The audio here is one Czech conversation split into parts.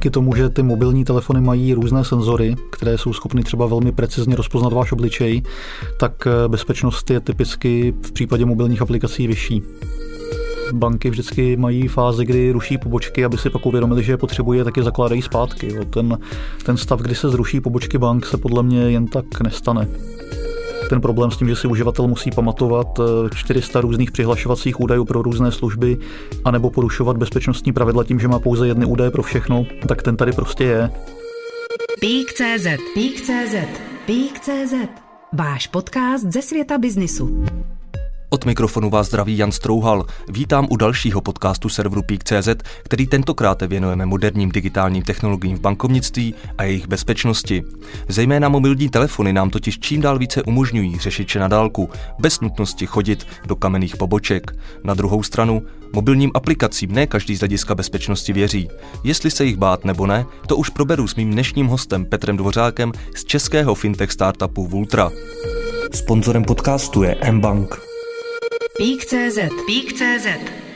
díky tomu, že ty mobilní telefony mají různé senzory, které jsou schopny třeba velmi precizně rozpoznat váš obličej, tak bezpečnost je typicky v případě mobilních aplikací vyšší. Banky vždycky mají fázi, kdy ruší pobočky, aby si pak uvědomili, že je potřebují, a taky zakládají zpátky. Ten stav, kdy se zruší pobočky bank, se podle mě jen tak nestane. Ten problém s tím, že si uživatel musí pamatovat 400 různých přihlašovacích údajů pro různé služby, anebo porušovat bezpečnostní pravidla tím, že má pouze jedny údaje pro všechno, tak ten tady prostě je. Peak.cz Váš podcast ze světa biznisu. Od mikrofonu vás zdraví Jan Strouhal. Vítám u dalšího podcastu serveru Peak.cz, který tentokrát věnujeme moderním digitálním technologiím v bankovnictví a jejich bezpečnosti. Zejména mobilní telefony nám totiž čím dál více umožňují řešit vše na dálku, bez nutnosti chodit do kamenných poboček. Na druhou stranu, mobilním aplikacím ne každý z hlediska bezpečnosti věří. Jestli se jich bát nebo ne, to už proberu s mým dnešním hostem Petrem Dvořákem z českého fintech startupu Vultra. Sponzorem podcastu je mBank. Peak.cz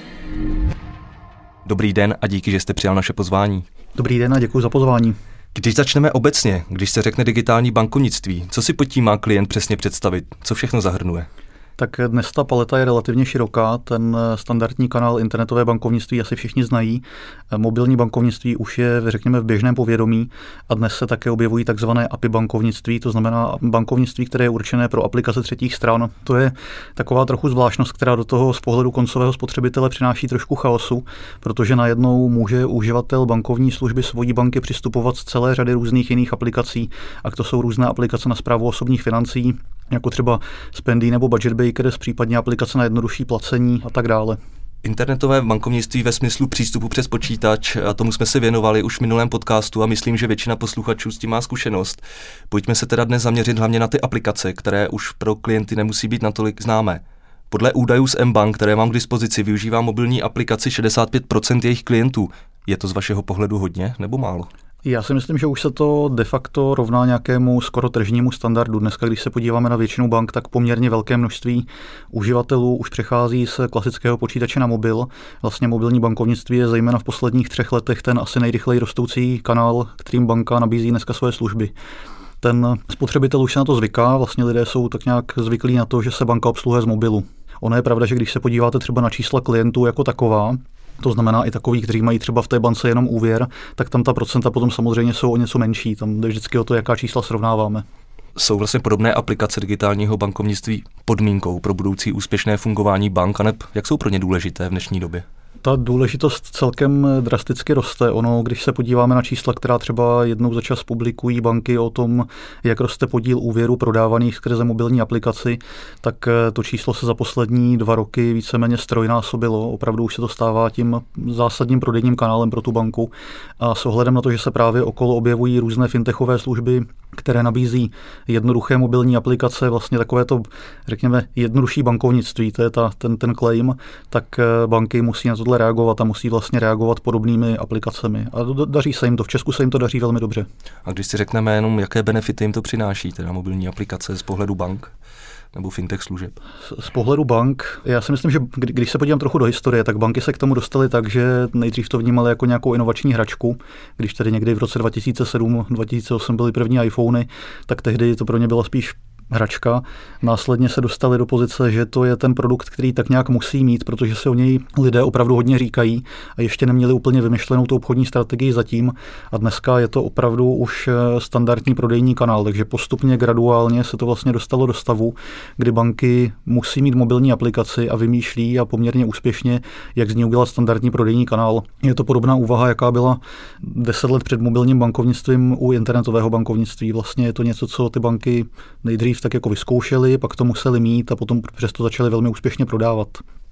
Dobrý den a díky, že jste přijal naše pozvání. Dobrý den a děkuji za pozvání. Když začneme obecně, když se řekne digitální bankovnictví, co si pod tím má klient přesně představit? Co všechno zahrnuje? Tak dnes ta paleta je relativně široká, ten standardní kanál internetové bankovnictví asi všichni znají. Mobilní bankovnictví už je, řekněme, v běžném povědomí a dnes se také objevují takzvané API bankovnictví, to znamená bankovnictví, které je určené pro aplikace třetích stran. To je taková trochu zvláštnost, která do toho z pohledu koncového spotřebitele přináší trošku chaosu, protože najednou může uživatel bankovní služby svojí banky přistupovat z celé řady různých jiných aplikací, a to jsou různé aplikace na správu osobních financí, jako třeba Spendy nebo Budget Baker, případně aplikace na jednodušší placení a tak dále. Internetové bankovnictví ve smyslu přístupu přes počítač, a tomu jsme se věnovali už v minulém podcastu a myslím, že většina posluchačů s tím má zkušenost. Pojďme se teda dnes zaměřit hlavně na ty aplikace, které už pro klienty nemusí být natolik známé. Podle údajů z mBank, které mám k dispozici, využívá mobilní aplikaci 65% jejich klientů. Je to z vašeho pohledu hodně nebo málo? Já si myslím, že už se to de facto rovná nějakému skoro tržnímu standardu. Dneska, když se podíváme na většinu bank, tak poměrně velké množství uživatelů už přechází z klasického počítače na mobil. Vlastně mobilní bankovnictví je zejména v posledních 3 letech ten asi nejrychleji rostoucí kanál, kterým banka nabízí dneska svoje služby. Ten spotřebitel už se na to zvyká, vlastně lidé jsou tak nějak zvyklí na to, že se banka obsluhuje z mobilu. Ono je pravda, že když se podíváte třeba na čísla klientů jako taková, to znamená i takový, kteří mají třeba v té bance jenom úvěr, tak tam ta procenta potom samozřejmě jsou o něco menší. Tam jde vždycky o to, jaká čísla srovnáváme. Jsou vlastně podobné aplikace digitálního bankovnictví podmínkou pro budoucí úspěšné fungování bank, aneb jak jsou pro ně důležité v dnešní době? Ta důležitost celkem drasticky roste. Ono, když se podíváme na čísla, která třeba jednou za čas publikují banky o tom, jak roste podíl úvěrů prodávaných skrze mobilní aplikaci, tak to číslo se za poslední 2 roky víceméně ztrojnásobilo. Opravdu už se to stává tím zásadním prodejním kanálem pro tu banku. A s ohledem na to, že se právě okolo objevují různé fintechové služby, které nabízí jednoduché mobilní aplikace, vlastně takové to, řekněme, jednodušší bankovnictví, to je ten claim, tak banky musí na tohle reagovat a musí vlastně reagovat podobnými aplikacemi. A daří se jim to, v Česku se jim to daří velmi dobře. A když si řekneme jenom, jaké benefity jim to přináší, teda mobilní aplikace z pohledu bank nebo fintech služeb? Z pohledu bank, já si myslím, že když se podívám trochu do historie, tak banky se k tomu dostaly tak, že nejdřív to vnímali jako nějakou inovační hračku. Když tedy někdy v roce 2007-2008 byly první iPhony, tak tehdy to pro ně byla spíš hračka. Následně se dostali do pozice, že to je ten produkt, který tak nějak musí mít, protože se o něj lidé opravdu hodně říkají a ještě neměli úplně vymyšlenou tu obchodní strategii zatím. A dneska je to opravdu už standardní prodejní kanál, takže postupně, graduálně se to vlastně dostalo do stavu, kdy banky musí mít mobilní aplikaci a vymýšlí a poměrně úspěšně, jak z ní udělat standardní prodejní kanál. Je to podobná úvaha, jaká byla 10 let před mobilním bankovnictvím u internetového bankovnictví. Vlastně je to něco, co ty banky nejdřív tak jako vyzkoušeli, pak to museli mít a potom přesto začali velmi úspěšně prodávat.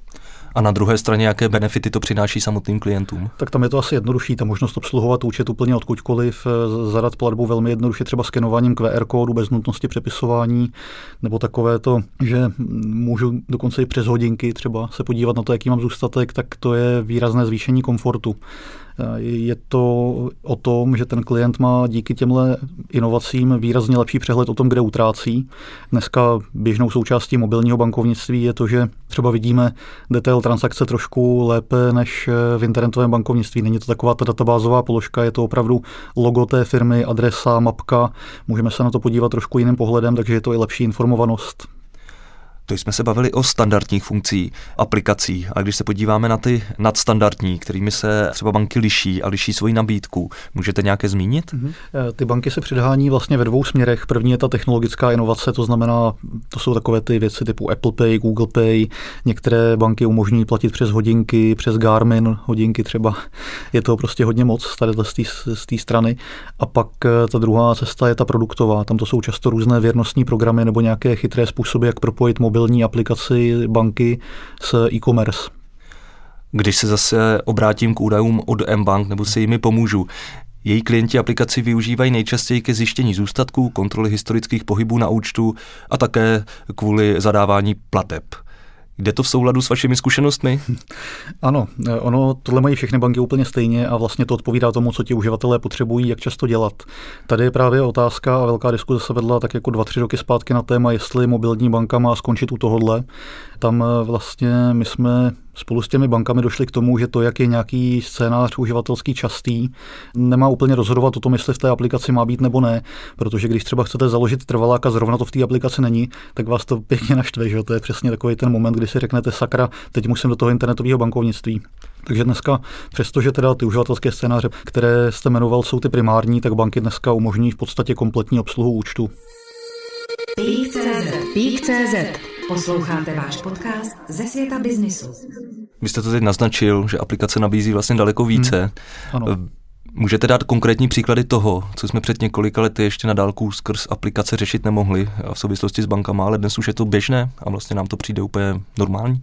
A na druhé straně, jaké benefity to přináší samotným klientům? Tak tam je to asi jednodušší, ta možnost obsluhovat účet úplně odkudkoliv, zadat platbu velmi jednoduše, třeba skenováním QR kódu bez nutnosti přepisování, nebo takové to, že můžu dokonce i přes hodinky třeba se podívat na to, jaký mám zůstatek, tak to je výrazné zvýšení komfortu. Je to o tom, že ten klient má díky těmhle inovacím výrazně lepší přehled o tom, kde utrácí. Dneska běžnou součástí mobilního bankovnictví je to, že třeba vidíme detail transakce trošku lépe než v internetovém bankovnictví. Není to taková ta databázová položka, je to opravdu logo té firmy, adresa, mapka. Můžeme se na to podívat trošku jiným pohledem, takže je to i lepší informovanost. To jsme se bavili o standardních funkcí aplikací, a když se podíváme na ty nadstandardní, kterými se třeba banky liší a liší svoji nabídku, můžete nějaké zmínit? Ty banky se předhání vlastně ve dvou směrech. První je ta technologická inovace, to znamená, to jsou takové ty věci typu Apple Pay, Google Pay. Některé banky umožní platit přes hodinky, přes Garmin hodinky třeba. Je to prostě hodně moc tady z té strany. A pak ta druhá cesta je ta produktová. Tam to jsou často různé věrnostní programy nebo nějaké chytré způsoby, jak propojit mobilní aplikaci banky s e-commerce. Když se zase obrátím k údajům od mBank nebo si jimi pomůžu, její klienti aplikaci využívají nejčastěji ke zjištění zůstatků, kontroly historických pohybů na účtu a také kvůli zadávání plateb. Jde to v souladu s vašimi zkušenostmi? Ano, tohle mají všechny banky úplně stejně a vlastně to odpovídá tomu, co ti uživatelé potřebují, jak často dělat. Tady je právě otázka a velká diskuze se vedla tak jako 2-3 roky zpátky na téma, jestli mobilní banka má skončit u tohodle. Tam vlastně my jsme spolu s těmi bankami došli k tomu, že to, jak je nějaký scénář uživatelský častý, nemá úplně rozhodovat o tom, jestli v té aplikaci má být nebo ne, protože když třeba chcete založit trvalák a zrovna to v té aplikaci není, tak vás to pěkně naštve, že to je přesně takový ten moment, kdy si řeknete sakra, teď musím do toho internetového bankovnictví. Takže dneska, přestože teda ty uživatelské scénáře, které jste jmenoval, jsou ty primární, tak banky dneska umožní v podstatě kompletní obsluhu účtu. Peak.cz. Posloucháte váš podcast ze světa biznisu. Vy jste to teď naznačil, že aplikace nabízí vlastně daleko více. Ano. Můžete dát konkrétní příklady toho, co jsme před několika lety ještě na dálku skrz aplikace řešit nemohli v souvislosti s bankama, ale dnes už je to běžné a vlastně nám to přijde úplně normální?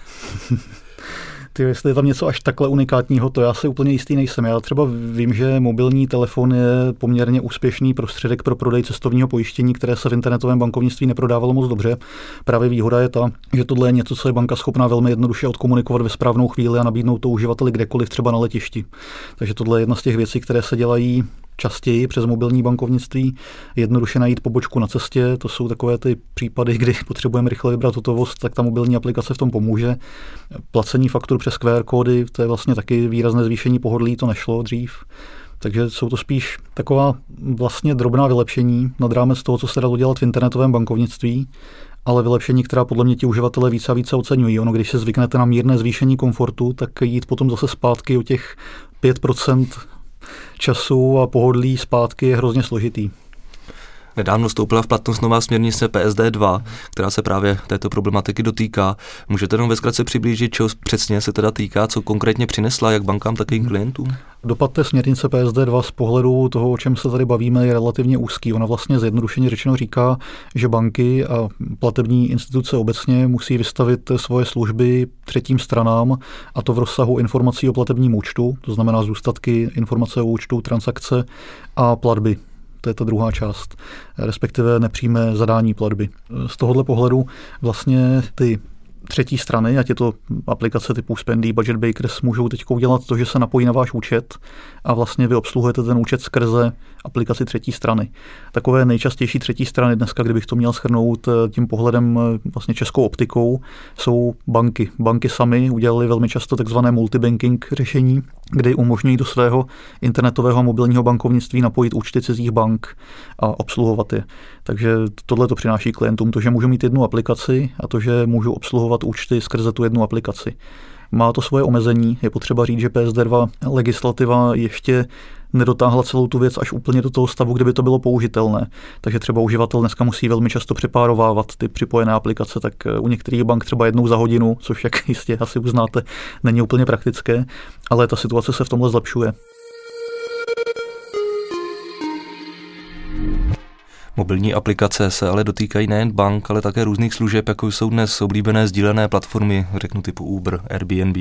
Jestli je tam něco až takhle unikátního, to já si úplně jistý nejsem. Já třeba vím, že mobilní telefon je poměrně úspěšný prostředek pro prodej cestovního pojištění, které se v internetovém bankovnictví neprodávalo moc dobře. Právě výhoda je ta, že tohle je něco, co je banka schopná velmi jednoduše odkomunikovat ve správnou chvíli a nabídnout to uživateli kdekoliv, třeba na letišti. Takže tohle je jedna z těch věcí, které se dělají častěji přes mobilní bankovnictví, jednoduše najít pobočku na cestě, to jsou takové ty případy, kdy potřebujeme rychle vybrat hotovost, tak ta mobilní aplikace v tom pomůže. Placení faktur přes QR kódy, to je vlastně taky výrazné zvýšení pohodlí, to nešlo dřív. Takže jsou to spíš taková vlastně drobná vylepšení nad rámec toho, co se dalo dělat v internetovém bankovnictví, ale vylepšení, která podle mě ti uživatelé více a více oceňují. Ono, když se zvyknete na mírné zvýšení komfortu, tak jít potom zase zpátky o těch 5% času a pohodlí zpátky je hrozně složitý. Nedávno vstoupila v platnost nová směrnice PSD2, která se právě této problematiky dotýká. Můžete nám ve zkratce přiblížit, čeho přesně se teda týká, co konkrétně přinesla jak bankám, tak i klientům? Dopad té směrnice PSD2 z pohledu toho, o čem se tady bavíme, je relativně úzký. Ona vlastně zjednodušeně řečeno říká, že banky a platební instituce obecně musí vystavit svoje služby třetím stranám, a to v rozsahu informací o platebním účtu, to znamená zůstatky, informace o účtu, transakce a platby. To je ta druhá část, respektive nepřímé zadání platby. Z tohohle pohledu vlastně ty třetí strany, ať je to aplikace typu Spendy, Budget Bakers, můžou teď udělat to, že se napojí na váš účet a vlastně vy obsluhujete ten účet skrze aplikaci třetí strany. Takové nejčastější třetí strany dneska, kdybych to měl shrnout tím pohledem vlastně českou optikou, jsou banky. Banky sami udělali velmi často takzvané multibanking řešení, kdy umožňují do svého internetového a mobilního bankovnictví napojit účty cizích bank a obsluhovat je. Takže tohle to přináší klientům, to, že můžu mít jednu aplikaci a to, že můžu obsluhovat účty skrze tu jednu aplikaci. Má to svoje omezení, je potřeba říct, že PSD2 legislativa ještě nedotáhla celou tu věc až úplně do toho stavu, kde by to bylo použitelné. Takže třeba uživatel dneska musí velmi často přepárovávat ty připojené aplikace, tak u některých bank třeba jednou za hodinu, což jak jistě asi uznáte, není úplně praktické, ale ta situace se v tomhle zlepšuje. Mobilní aplikace se ale dotýkají nejen bank, ale také různých služeb, jako jsou dnes oblíbené sdílené platformy, řeknu typu Uber, Airbnb,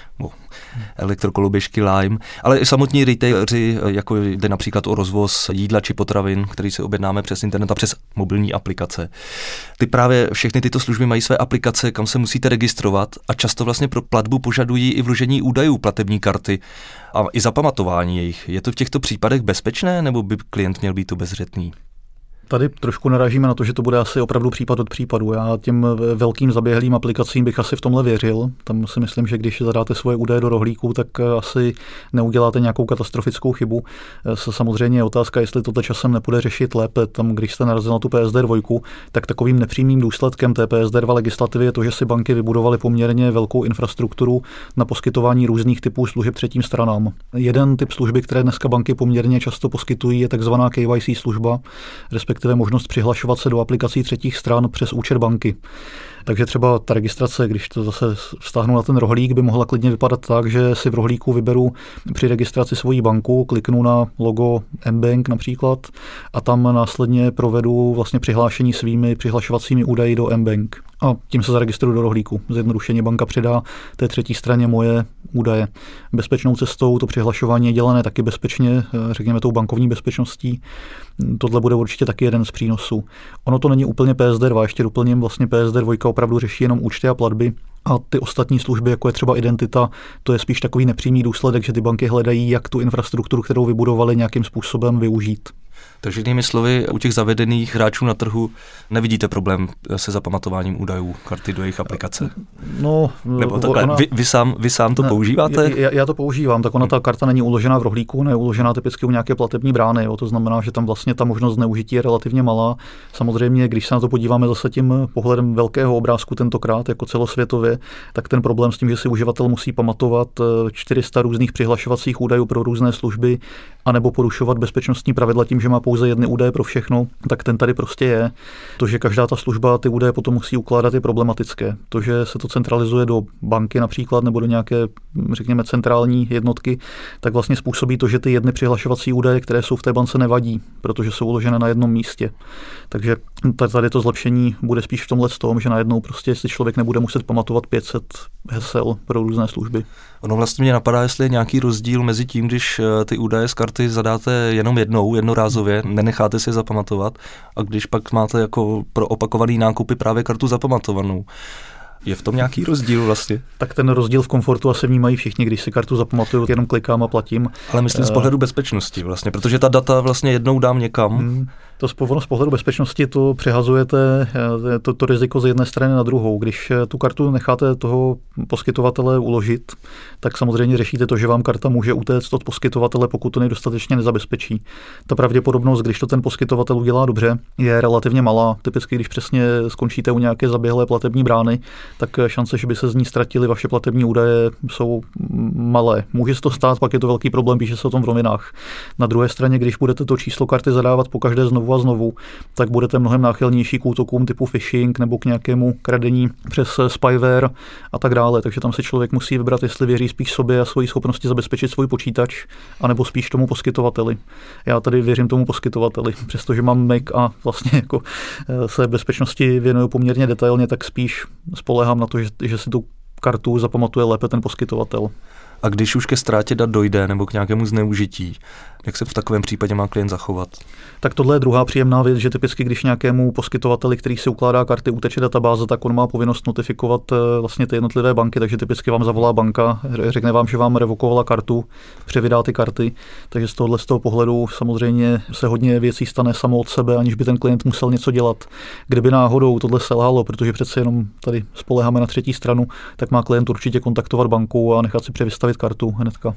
elektrokoloběžky Lime, ale i samotní retaileri, jako jde například o rozvoz jídla či potravin, který si objednáme přes internet a přes mobilní aplikace. Ty právě všechny tyto služby mají své aplikace, kam se musíte registrovat a často vlastně pro platbu požadují i vložení údajů platební karty a i zapamatování jejich. Je to v těchto případech bezpečné, nebo by klient měl být obezřetný? Tady trošku narážíme na to, že to bude asi opravdu případ od případu. Já těm velkým zaběhlým aplikacím bych asi v tomhle věřil. Tam si myslím, že když zadáte svoje údaje do rohlíku, tak asi neuděláte nějakou katastrofickou chybu. Samozřejmě je otázka, jestli tohle časem nepůjde řešit lépe. Tam, když jste narazil na tu PSD2, tak takovým nepřímým důsledkem té PSD2 legislativy je to, že si banky vybudovaly poměrně velkou infrastrukturu na poskytování různých typů služeb třetím stranám. Jeden typ služby, které dneska banky poměrně často poskytují, je takzvaná KYC služba, respektive možnost přihlašovat se do aplikací třetích stran přes účet banky. Takže třeba ta registrace, když to zase vztáhnu na ten rohlík, by mohla klidně vypadat tak, že si v rohlíku vyberu při registraci svoji banku, kliknu na logo mBank například a tam následně provedu vlastně přihlášení svými přihlašovacími údaji do mBank. A tím se zaregistruju do rohlíku. Zjednodušeně banka předá té třetí straně moje údaje. Bezpečnou cestou to přihlašování je dělané taky bezpečně, řekněme tou bankovní bezpečností. Tohle bude určitě taky jeden z přínosů. Ono to není úplně PSD2, ještě doplním, vlastně PSD2 opravdu řeší jenom účty a platby. A ty ostatní služby, jako je třeba identita, to je spíš takový nepřímý důsledek, že ty banky hledají, jak tu infrastrukturu, kterou vybudovali, nějakým způsobem využít. Takže jinými slovy, u těch zavedených hráčů na trhu nevidíte problém se zapamatováním údajů karty do jejich aplikace? No, nebo takhle, vy sám to používáte? Já to používám, tak ona ta karta není uložená v rohlíku, ne uložená typicky u nějaké platební brány, jo. To znamená, že tam vlastně ta možnost zneužití je relativně malá. Samozřejmě, když se na to podíváme zase tím pohledem velkého obrázku tentokrát, jako celosvětově, tak ten problém s tím, že si uživatel musí pamatovat 400 různých přihlašovacích údajů pro různé služby, anebo porušovat bezpečnostní pravidla tím, že má pouze jedny údaje pro všechno, tak ten tady prostě je. To, že každá ta služba ty údaje potom musí ukládat, je problematické. To, že se to centralizuje do banky například nebo do nějaké, řekněme, centrální jednotky, tak vlastně způsobí to, že ty jedny přihlašovací údaje, které jsou v té bance, nevadí, protože jsou uložené na jednom místě. Takže tady to zlepšení bude spíš v tomhle tom, že najednou prostě si člověk nebude muset pamatovat 500 hesel pro různé služby. Ono vlastně mě napadá, jestli je nějaký rozdíl mezi tím, když ty údaje z karty zadáte jenom jednorázově, nenecháte si je zapamatovat, a když pak máte jako pro opakovaný nákupy právě kartu zapamatovanou. Je v tom nějaký rozdíl vlastně? Tak ten rozdíl v komfortu asi vnímají všichni, když si kartu zapamatuju, jenom klikám a platím. Ale myslím z pohledu bezpečnosti vlastně, protože ta data vlastně jednou dám někam. To z pohledu bezpečnosti to přehazujete to riziko z jedné strany na druhou. Když tu kartu necháte toho poskytovatele uložit, tak samozřejmě řešíte to, že vám karta může utéct od poskytovatele, pokud to nedostatečně nezabezpečí. Ta pravděpodobnost, když to ten poskytovatel udělá dobře, je relativně malá. Typicky, když přesně skončíte u nějaké zaběhlé platební brány, tak šance, že by se z ní ztratily vaše platební údaje, jsou malé. Může se to stát, pak je to velký problém, píše se o tom v novinách. Na druhé straně, když budete to číslo karty zadávat pokaždé znovu a znovu, tak budete mnohem náchylnější k útokům typu phishing nebo k nějakému kradení přes spyware a tak dále. Takže tam si člověk musí vybrat, jestli věří spíš sobě a svojí schopnosti zabezpečit svůj počítač, anebo spíš tomu poskytovateli. Já tady věřím tomu poskytovateli, přestože mám Mac a vlastně jako se bezpečnosti věnuju poměrně detailně, tak spíš spoléhám na to, že si tu kartu zapamatuje lépe ten poskytovatel. A když už ke ztrátě dat dojde nebo k nějakému zneužití, jak se v takovém případě má klient zachovat? Tak tohle je druhá příjemná věc, že typicky, když nějakému poskytovateli, který si ukládá karty, uteče databáze, tak on má povinnost notifikovat vlastně ty jednotlivé banky, takže typicky vám zavolá banka, řekne vám, že vám revokovala kartu, převydá ty karty, takže z toho pohledu samozřejmě se hodně věcí stane samo od sebe, aniž by ten klient musel něco dělat. Kdyby náhodou tohle selhalo, protože přece jenom tady spoléháme na třetí stranu, tak má klient určitě kontaktovat banku a nechat si převystavit kartu hnedka.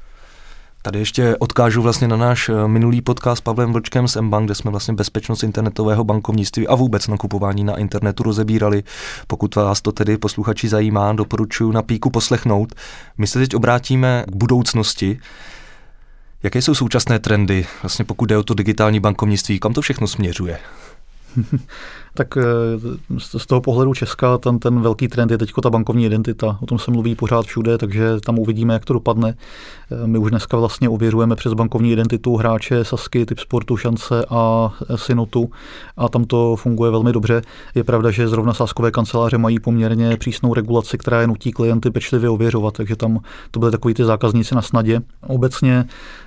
Tady ještě odkážu vlastně na náš minulý podcast s Pavlem Vlčkem z mBank, kde jsme vlastně bezpečnost internetového bankovnictví a vůbec nakupování na internetu rozebírali. Pokud vás to tedy posluchači zajímá, doporučuji na Píku poslechnout. My se teď obrátíme k budoucnosti. Jaké jsou současné trendy, vlastně pokud jde o to digitální bankovnictví, kam to všechno směřuje? Tak z toho pohledu Česka ten velký trend je teďko ta bankovní identita. O tom se mluví pořád všude, takže tam uvidíme, jak to dopadne. My už dneska vlastně ověřujeme přes bankovní identitu hráče Sazky, Tipsportu, Šance a Synotu a tam to funguje velmi dobře. Je pravda, že zrovna sázkové kanceláře mají poměrně přísnou regulaci, která je nutí klienty pečlivě ověřovat, takže tam to byly takový ty zákazníci na snadě. Obecně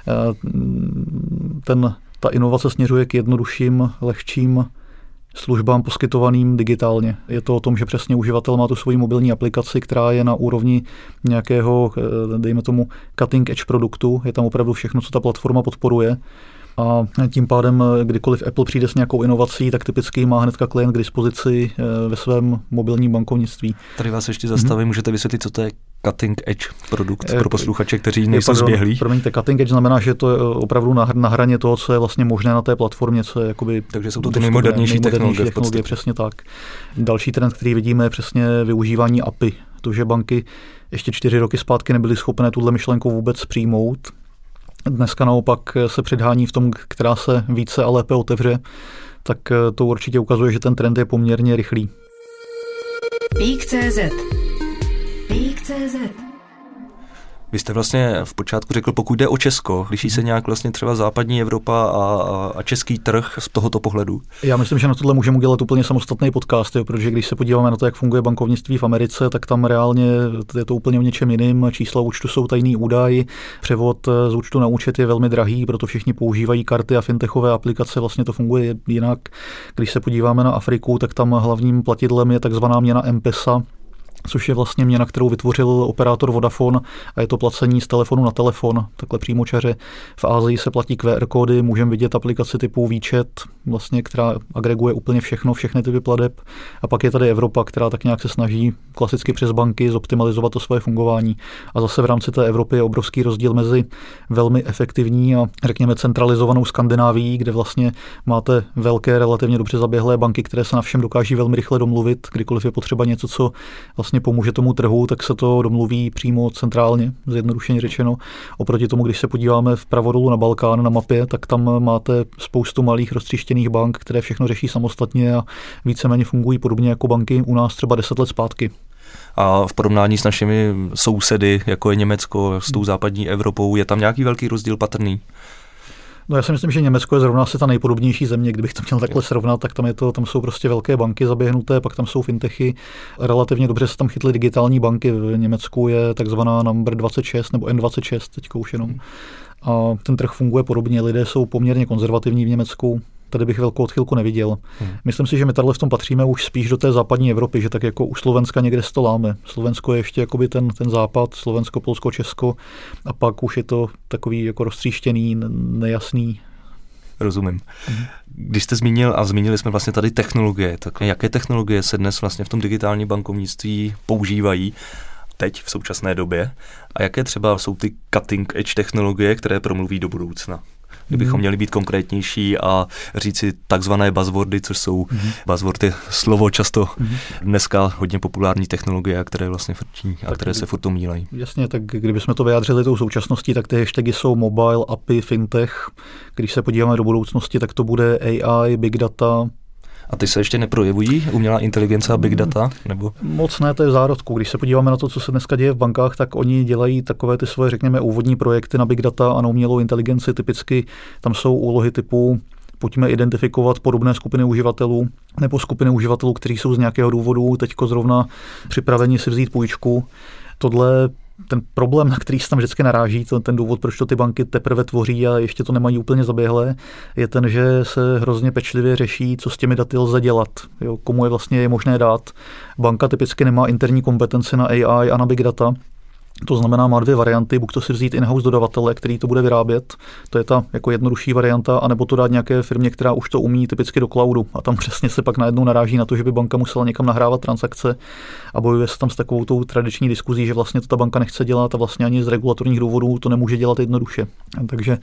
ta inovace směřuje k jednodušším, lehčím službám poskytovaným digitálně. Je to o tom, že přesně uživatel má tu svoji mobilní aplikaci, která je na úrovni nějakého, dejme tomu, cutting edge produktu. Je tam opravdu všechno, co ta platforma podporuje. A tím pádem, kdykoliv Apple přijde s nějakou inovací, tak typicky má hnedka klient k dispozici ve svém mobilním bankovnictví. Tady vás ještě zastavím, můžete vysvětlit, co to je cutting edge produkt pro posluchače, kteří nejsou zběhlí. Promiňte, cutting edge znamená, že to je opravdu na hraně toho, co je vlastně možné na té platformě, co je jakoby... Takže jsou to ty nejmodernější technologie. Přesně tak. Další trend, který vidíme, je přesně využívání API. To, že banky ještě 4 roky zpátky nebyly schopné tuhle myšlenku vůbec přijmout. Dneska naopak se předhání v tom, která se více a lépe otevře, tak to určitě ukazuje, že ten trend je poměrně rychlý. Peak.cz Vy jste vlastně v počátku řekl, pokud jde o Česko, liší se nějak vlastně třeba západní Evropa a český trh z tohoto pohledu? Já myslím, že na tohle můžeme udělat úplně samostatný podcast, protože když se podíváme na to, jak funguje bankovnictví v Americe, tak tam reálně je to úplně o něčem jiným. Čísla účtu jsou tajný údaj, převod z účtu na účet je velmi drahý, proto všichni používají karty a fintechové aplikace, vlastně to funguje jinak. Když se podíváme na Afriku, tak tam hlavním platidlem je takzvaná měna M-Pesa, což je vlastně měna, kterou vytvořil operátor Vodafone a je to placení z telefonu na telefon, takhle přímočaře. V Asii se platí QR kódy, můžeme vidět aplikaci typu WeChat, vlastně, která agreguje úplně všechny typy plateb. A pak je tady Evropa, která tak nějak se snaží klasicky přes banky zoptimalizovat to svoje fungování. A zase v rámci té Evropy je obrovský rozdíl mezi velmi efektivní a řekněme centralizovanou Skandinávií, kde vlastně máte velké, relativně dobře zaběhlé banky, které se na všem dokáží velmi rychle domluvit, kdykoliv je potřeba něco, co vlastně pomůže tomu trhu, tak se to domluví přímo centrálně, zjednodušeně řečeno. Oproti tomu, když se podíváme vpravo dolů na Balkán na mapě, tak tam máte spoustu malých roztříštěných bank, které všechno řeší samostatně a víceméně fungují podobně jako banky u nás třeba 10 let zpátky. A v porovnání s našimi sousedy, jako je Německo, s tou západní Evropou, je tam nějaký velký rozdíl patrný? No já si myslím, že Německo je zrovna asi ta nejpodobnější země, kdybych to měl takhle srovnat, tak tam jsou prostě velké banky zaběhnuté, pak tam jsou fintechy. Relativně dobře se tam chytly digitální banky. V Německu je takzvaná number 26 nebo N26 teďka už jenom. A ten trh funguje podobně, lidé jsou poměrně konzervativní v Německu. Tady bych velkou odchylku neviděl. Myslím si, že my tady v tom patříme už spíš do té západní Evropy, že tak jako u Slovenska někde to láme. Slovensko je ještě jakoby ten západ, Slovensko, Polsko, Česko a pak už je to takový jako roztříštěný, nejasný. Rozumím. Když jste zmínil, a zmínili jsme vlastně tady technologie, tak jaké technologie se dnes vlastně v tom digitálním bankovnictví používají teď v současné době a jaké třeba jsou ty cutting edge technologie, které promluví do budoucna? Kdybychom měli být konkrétnější a říci takzvané buzzwordy, což jsou buzzwordy, slovo často dneska hodně populární technologie, které vlastně frčí a které se furt omílají. Jasně, tak kdybychom to vyjádřili tou současností, tak ty hashtagy jsou mobile, API, fintech. Když se podíváme do budoucnosti, tak to bude AI, big data. A ty se ještě neprojevují? Umělá inteligence a big data? Nebo? Moc ne, to je v zárodku. Když se podíváme na to, co se dneska děje v bankách, tak oni dělají takové ty svoje, řekněme, úvodní projekty na big data a na umělou inteligenci. Typicky tam jsou úlohy typu pojďme identifikovat podobné skupiny uživatelů nebo skupiny uživatelů, kteří jsou z nějakého důvodu teďko zrovna připraveni si vzít půjčku. Tohle ten problém, na který se tam vždycky naráží, ten důvod, proč to ty banky teprve tvoří a ještě to nemají úplně zaběhlé, je ten, že se hrozně pečlivě řeší, co s těmi daty lze dělat, jo, komu je vlastně možné dát. Banka typicky nemá interní kompetence na AI a na big data. To znamená, má 2 varianty, buď to si vzít in-house dodavatele, který to bude vyrábět, to je ta jako jednodušší varianta, anebo to dát nějaké firmě, která už to umí typicky do cloudu. A tam přesně se pak najednou naráží na to, že by banka musela někam nahrávat transakce a bojuje se tam s takovou tou tradiční diskuzí, že vlastně to ta banka nechce dělat a vlastně ani z regulatorních důvodů to nemůže dělat jednoduše. Takže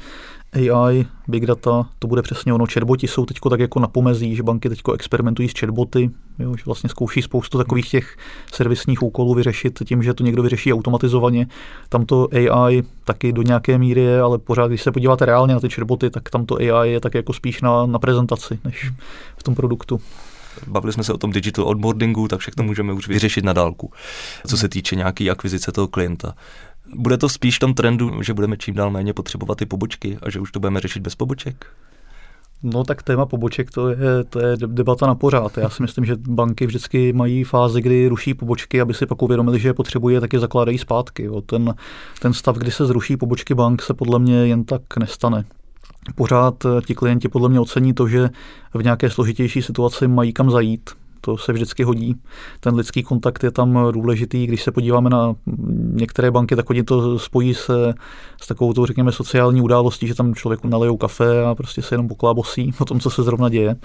AI, big data, to bude přesně ono. Chatboti jsou teďko tak jako na pomezí, že banky teďko experimentují s chatboty, jo, že vlastně zkouší spoustu takových těch servisních úkolů vyřešit tím, že to někdo vyřeší automatizovaně automatizovaně. Tam to AI taky do nějaké míry je, ale pořád, když se podíváte reálně na ty chatboty, tak tam to AI je tak jako spíš na prezentaci, než v tom produktu. Bavili jsme se o tom digital onboardingu, tak všechno můžeme už vyřešit na dálku, co se týče nějaké akvizice toho klienta. Bude to spíš v tom trendu, že budeme čím dál méně potřebovat ty pobočky a že už to budeme řešit bez poboček? No tak téma poboček, to je debata na pořád. Já si myslím, že banky vždycky mají fázi, kdy ruší pobočky, aby si pak uvědomili, že je potřebují, taky zakládají zpátky. Ten stav, kdy se zruší pobočky bank, se podle mě jen tak nestane. Pořád ti klienti podle mě ocení to, že v nějaké složitější situaci mají kam zajít. To se vždycky hodí. Ten lidský kontakt je tam důležitý. Když se podíváme na některé banky, tak oni to spojí s takovou tou, řekněme, sociální událostí, že tam člověku nalejou kafe a prostě se jenom poklábosí o tom, co se zrovna děje.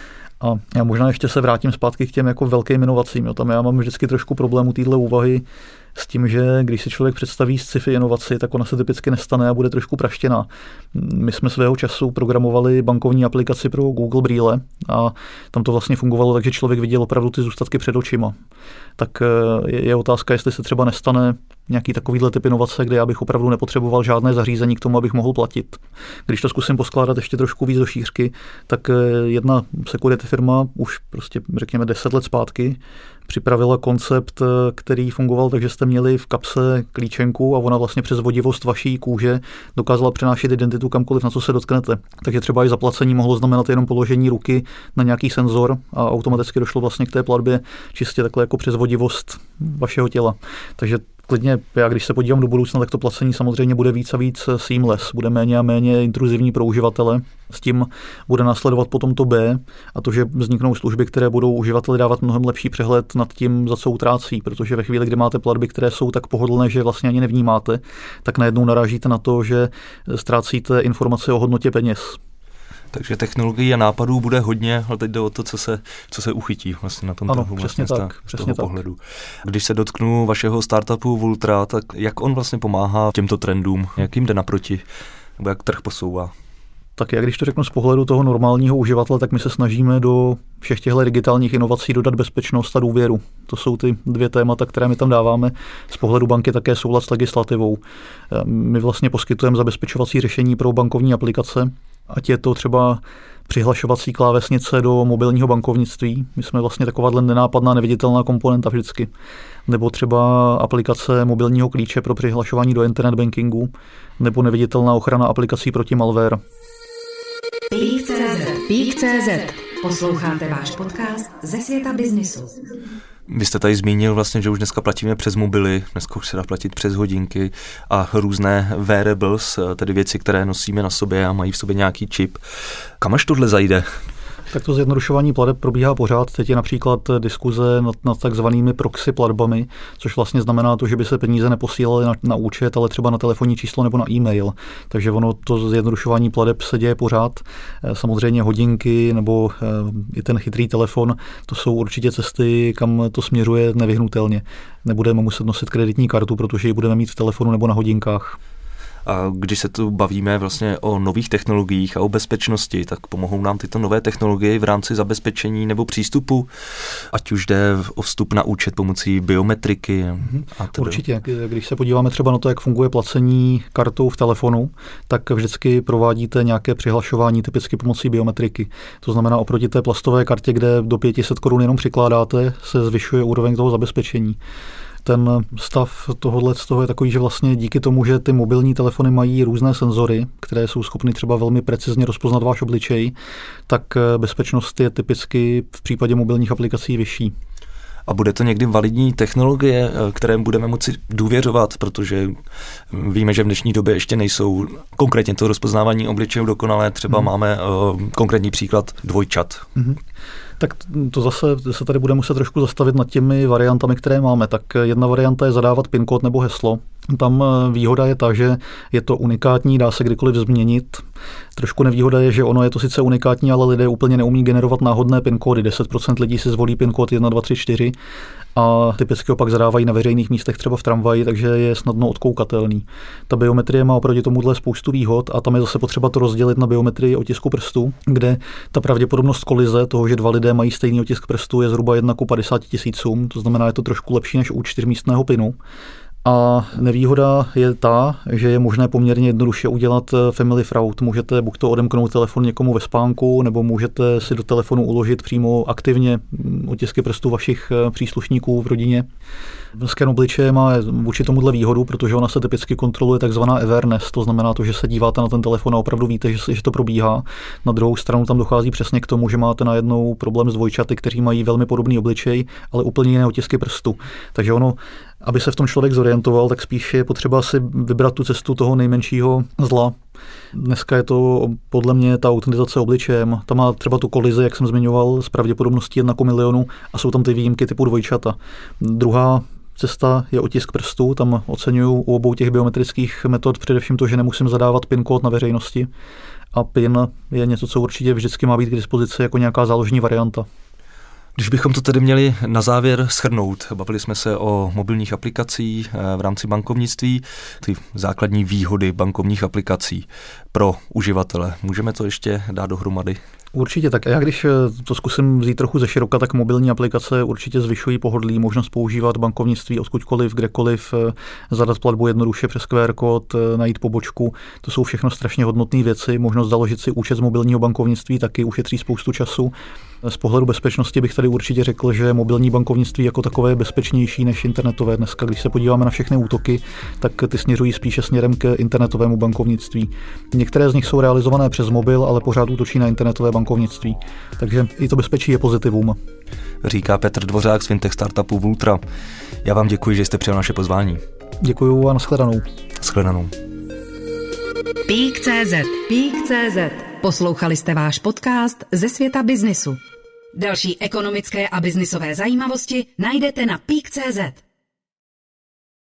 A já možná ještě se vrátím zpátky k těm jako velkým inovacím. Jo. Tam já mám vždycky trošku problém u této úvahy s tím, že když si člověk představí sci-fi inovaci, tak ona se typicky nestane a bude trošku praštěná. My jsme svého času programovali bankovní aplikaci pro Google Brýle a tam to vlastně fungovalo tak, že člověk viděl opravdu ty zůstatky před očima. Tak je otázka, jestli se třeba nestane nějaký takovýhle typ inovace, kde já bych opravdu nepotřeboval žádné zařízení k tomu, abych mohl platit. Když to zkusím poskládat ještě trošku víc do šířky, tak jedna security firma už prostě řekněme 10 let zpátky připravila koncept, který fungoval tak, že jste měli v kapse klíčenku a ona vlastně přes vodivost vaší kůže dokázala přenášet identitu kamkoliv, na co se dotknete. Takže třeba i zaplacení mohlo znamenat jenom položení ruky na nějaký senzor a automaticky došlo vlastně k té platbě čistě takhle jako přes vodivost vašeho těla. Takže klidně, já když se podívám do budoucna, tak to placení samozřejmě bude víc a víc seamless, bude méně a méně intruzivní pro uživatele. S tím bude následovat potom to B a to, že vzniknou služby, které budou uživateli dávat mnohem lepší přehled nad tím, za co utrácí, protože ve chvíli, kdy máte platby, které jsou tak pohodlné, že vlastně ani nevnímáte, tak najednou narážíte na to, že ztrácíte informace o hodnotě peněz. Takže technologií a nápadů bude hodně, ale teď jde o to, co se uchytí vlastně na tom trhu. Přesně vlastně tak, z toho pohledu. Když se dotknu vašeho startupu Vultra, tak jak on vlastně pomáhá těmto trendům? Jak jim jde naproti? Nebo jak trh posouvá? Tak já když to řeknu z pohledu toho normálního uživatele, tak my se snažíme do všech těchto digitálních inovací dodat bezpečnost a důvěru. To jsou ty dvě témata, které my tam dáváme. Z pohledu banky také soulad s legislativou. My vlastně poskytujeme zabezpečovací řešení pro bankovní aplikace, ať je to třeba přihlašovací klávesnice do mobilního bankovnictví. My jsme vlastně takováhle nenápadná, neviditelná komponenta vždycky. Nebo třeba aplikace mobilního klíče pro přihlašování do internet bankingu, nebo neviditelná ochrana aplikací proti malware. Peak.cz. Posloucháte váš podcast ze světa biznisu. Vy jste tady zmínil vlastně, že už dneska platíme přes mobily, dneska už se dá platit přes hodinky a různé wearables, tedy věci, které nosíme na sobě a mají v sobě nějaký čip. Kam až tohle zajde? Tak to zjednodušování plateb probíhá pořád. Teď je například diskuze nad takzvanými proxy platbami, což vlastně znamená to, že by se peníze neposílaly na účet, ale třeba na telefonní číslo nebo na e-mail. Takže ono to zjednodušování plateb se děje pořád. Samozřejmě hodinky nebo i ten chytrý telefon, to jsou určitě cesty, kam to směřuje nevyhnutelně. Nebudeme muset nosit kreditní kartu, protože ji budeme mít v telefonu nebo na hodinkách. A když se tu bavíme vlastně o nových technologiích a o bezpečnosti, tak pomohou nám tyto nové technologie v rámci zabezpečení nebo přístupu, ať už jde o vstup na účet pomocí biometriky. Určitě. Když se podíváme třeba na to, jak funguje placení kartou v telefonu, tak vždycky provádíte nějaké přihlašování typicky pomocí biometriky. To znamená, oproti té plastové kartě, kde do 500 korun jenom přikládáte, se zvyšuje úroveň toho zabezpečení. Ten stav tohohle z toho je takový, že vlastně díky tomu, že ty mobilní telefony mají různé senzory, které jsou schopny třeba velmi precizně rozpoznat váš obličej, tak bezpečnost je typicky v případě mobilních aplikací vyšší. A bude to někdy validní technologie, které budeme moci důvěřovat, protože víme, že v dnešní době ještě nejsou konkrétně to rozpoznávání obličejů dokonalé. Třeba máme konkrétní příklad dvojčat. Tak to zase se tady bude muset trošku zastavit nad těmi variantami, které máme. Tak jedna varianta je zadávat PIN kód nebo heslo. Tam výhoda je ta, že je to unikátní, dá se kdykoliv změnit. Trošku nevýhoda je, že ono je to sice unikátní, ale lidé úplně neumí generovat náhodné PIN kódy. 10% lidí si zvolí PIN kód 1, 2, 3, 4 a typicky ho pak zadávají na veřejných místech, třeba v tramvaji, takže je snadno odkoukatelný. Ta biometrie má oproti tomuhle spoustu výhod a tam je zase potřeba to rozdělit na biometrii otisku prstu, kde ta pravděpodobnost kolize toho, že dva lidé mají stejný otisk prstu, je zhruba 1 ku 50 000, to znamená, je to trošku lepší než u 4místného pinu. A nevýhoda je ta, že je možné poměrně jednoduše udělat family fraud. Můžete buď to odemknout telefon někomu ve spánku, nebo můžete si do telefonu uložit přímo aktivně otisky prstů vašich příslušníků v rodině. Sken obličeje má vůči tomuhle výhodu, protože ona se typicky kontroluje takzvaná awareness, to znamená to, že se díváte na ten telefon a opravdu víte, že to probíhá. Na druhou stranu tam dochází přesně k tomu, že máte najednou problém s dvojčaty, kteří mají velmi podobný obličej, ale úplně jiné otisky prstů. Takže ono, aby se v tom člověk zorientoval, tak spíš je potřeba si vybrat tu cestu toho nejmenšího zla. Dneska je to podle mě ta autentizace obličejem. Tam má třeba tu kolizi, jak jsem zmiňoval, s pravděpodobností 1 k milionu a jsou tam ty výjimky typu dvojčata. Druhá cesta je otisk prstů, tam oceňuju u obou těch biometrických metod především to, že nemusím zadávat PIN kód na veřejnosti a PIN je něco, co určitě vždycky má být k dispozici jako nějaká záložní varianta. Když bychom to tedy měli na závěr shrnout, bavili jsme se o mobilních aplikacích v rámci bankovnictví, ty základní výhody bankovních aplikací pro uživatele. Můžeme to ještě dát dohromady? Určitě tak. Já když to zkusím vzít trochu ze široka, tak mobilní aplikace určitě zvyšují pohodlí, možnost používat bankovnictví odkudkoliv, kdekoliv, zadat platbu jednoduše přes QR kód, najít pobočku. To jsou všechno strašně hodnotné věci. Možnost založit si účet z mobilního bankovnictví taky ušetří spoustu času. Z pohledu bezpečnosti bych tady určitě řekl, že mobilní bankovnictví jako takové je bezpečnější než internetové. Dneska, když se podíváme na všechny útoky, tak ty směřují spíše směrem k internetovému bankovnictví. Některé z nich jsou realizované přes mobil, ale pořád útočí na internetové bankovnictví. Takže i to bezpečí je pozitivum. Říká Petr Dvořák z fintech startupu Vultra. Já vám děkuji, že jste přijal naše pozvání. Děkuju a nashledanou. Nashledanou. Peak.cz. Poslouchali jste váš podcast ze světa biznisu. Další ekonomické a biznisové zajímavosti najdete na Peak.cz.